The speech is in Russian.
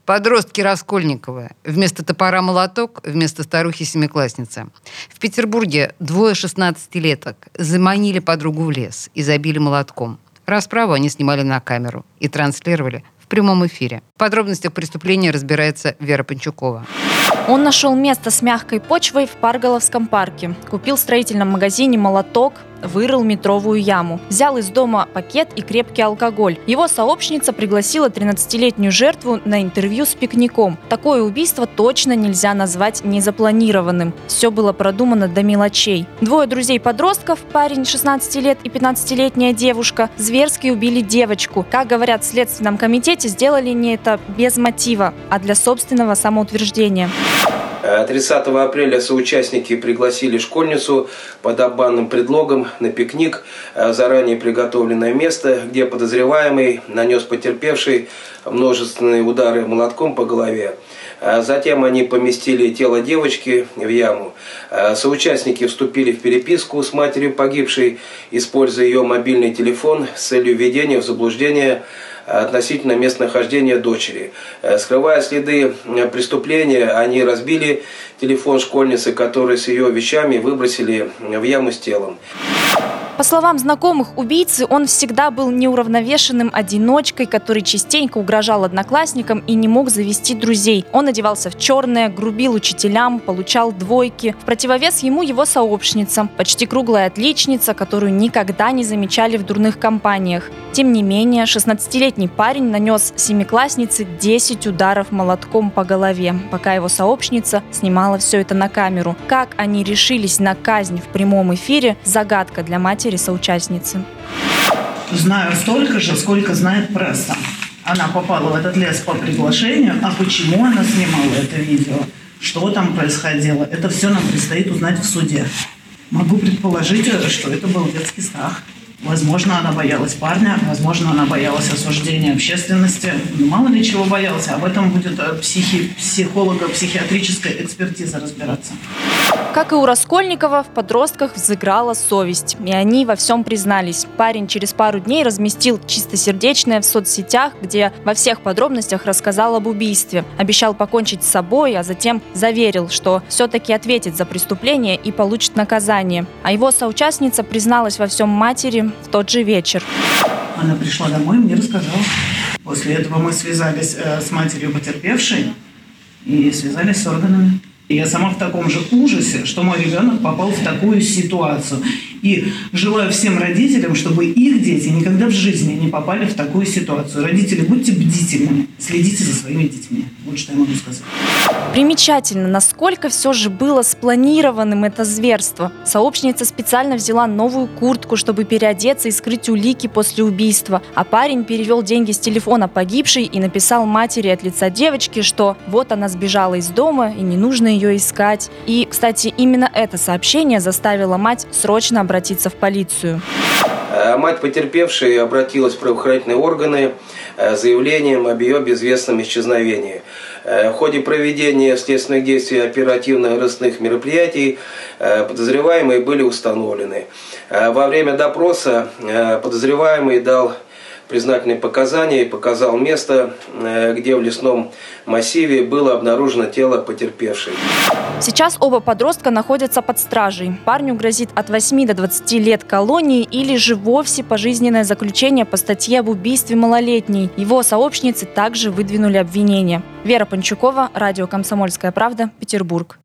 Подростки Раскольниковы. Вместо топора молоток, вместо старухи семиклассница. В Петербурге двое 16-леток заманили подругу в лес и забили молотком. Расправу они снимали на камеру и транслировали в прямом эфире. В подробностях преступления разбирается Вера Панчукова. Он нашел место с мягкой почвой в Парголовском парке. Купил в строительном магазине молоток, вырыл метровую яму. Взял из дома пакет и крепкий алкоголь. Его сообщница пригласила 13-летнюю жертву на интервью с пикником. Такое убийство точно нельзя назвать незапланированным. Все было продумано до мелочей. Двое друзей-подростков, парень 16 лет и 15-летняя девушка, зверски убили девочку. Как говорят в Следственном комитете, сделали они это без мотива, а для собственного самоутверждения. 30 апреля соучастники пригласили школьницу под обманным предлогом на пикник в заранее приготовленное место, где подозреваемый нанес потерпевшей множественные удары молотком по голове. Затем они поместили тело девочки в яму. Соучастники вступили в переписку с матерью погибшей, используя ее мобильный телефон с целью введения в заблуждение относительно местонахождения дочери. Скрывая следы преступления, они разбили телефон школьницы, который с ее вещами выбросили в яму с телом. По словам знакомых убийцы, он всегда был неуравновешенным одиночкой, который частенько угрожал одноклассникам и не мог завести друзей. Он одевался в черное, грубил учителям, получал двойки. В противовес ему его сообщница, почти круглая отличница, которую никогда не замечали в дурных компаниях. Тем не менее, 16-летний парень нанес семикласснице 10 ударов молотком по голове, пока его сообщница снимала все это на камеру. Как они решились на казнь в прямом эфире – загадка для матери соучастницы. Знаю столько же, сколько знает пресса. Она попала в этот лес по приглашению. А почему она снимала это видео? Что там происходило? Это все нам предстоит узнать в суде. Могу предположить, что это был детский страх. Возможно, она боялась парня, возможно, она боялась осуждения общественности. Мало ли чего боялась. Об этом будет психолого-психиатрическая экспертиза разбираться. Как и у Раскольникова, в подростках взыграла совесть, и они во всем признались. Парень через пару дней разместил чистосердечное в соцсетях, где во всех подробностях рассказал об убийстве. Обещал покончить с собой, а затем заверил, что все-таки ответит за преступление и получит наказание. А его соучастница призналась во всем матери в тот же вечер. Она пришла домой и мне рассказала. После этого мы связались с матерью потерпевшей и связались с органами. И я сама в таком же ужасе, что мой ребенок попал в такую ситуацию. И желаю всем родителям, чтобы их дети никогда в жизни не попали в такую ситуацию. Родители, будьте бдительными, следите за своими детьми. Вот что я могу сказать. Примечательно, насколько все же было спланированным это зверство. Сообщница специально взяла новую куртку, чтобы переодеться и скрыть улики после убийства. А парень перевел деньги с телефона погибшей и написал матери от лица девочки, что вот она сбежала из дома и не нужно ее искать. И, кстати, именно это сообщение заставило мать срочно обратиться в полицию. Мать потерпевшей обратилась в правоохранительные органы с заявлением об ее безвестном исчезновении. В ходе проведения следственных действий оперативно-розыскных мероприятий подозреваемые были установлены. Во время допроса подозреваемый дал признательные показания и показал место, где в лесном массиве было обнаружено тело потерпевшей. Сейчас оба подростка находятся под стражей. Парню грозит от 8 до 20 лет колонии или же вовсе пожизненное заключение по статье об убийстве малолетней. Его сообщницы также выдвинули обвинения. Вера Панчукова, радио «Комсомольская правда», Петербург.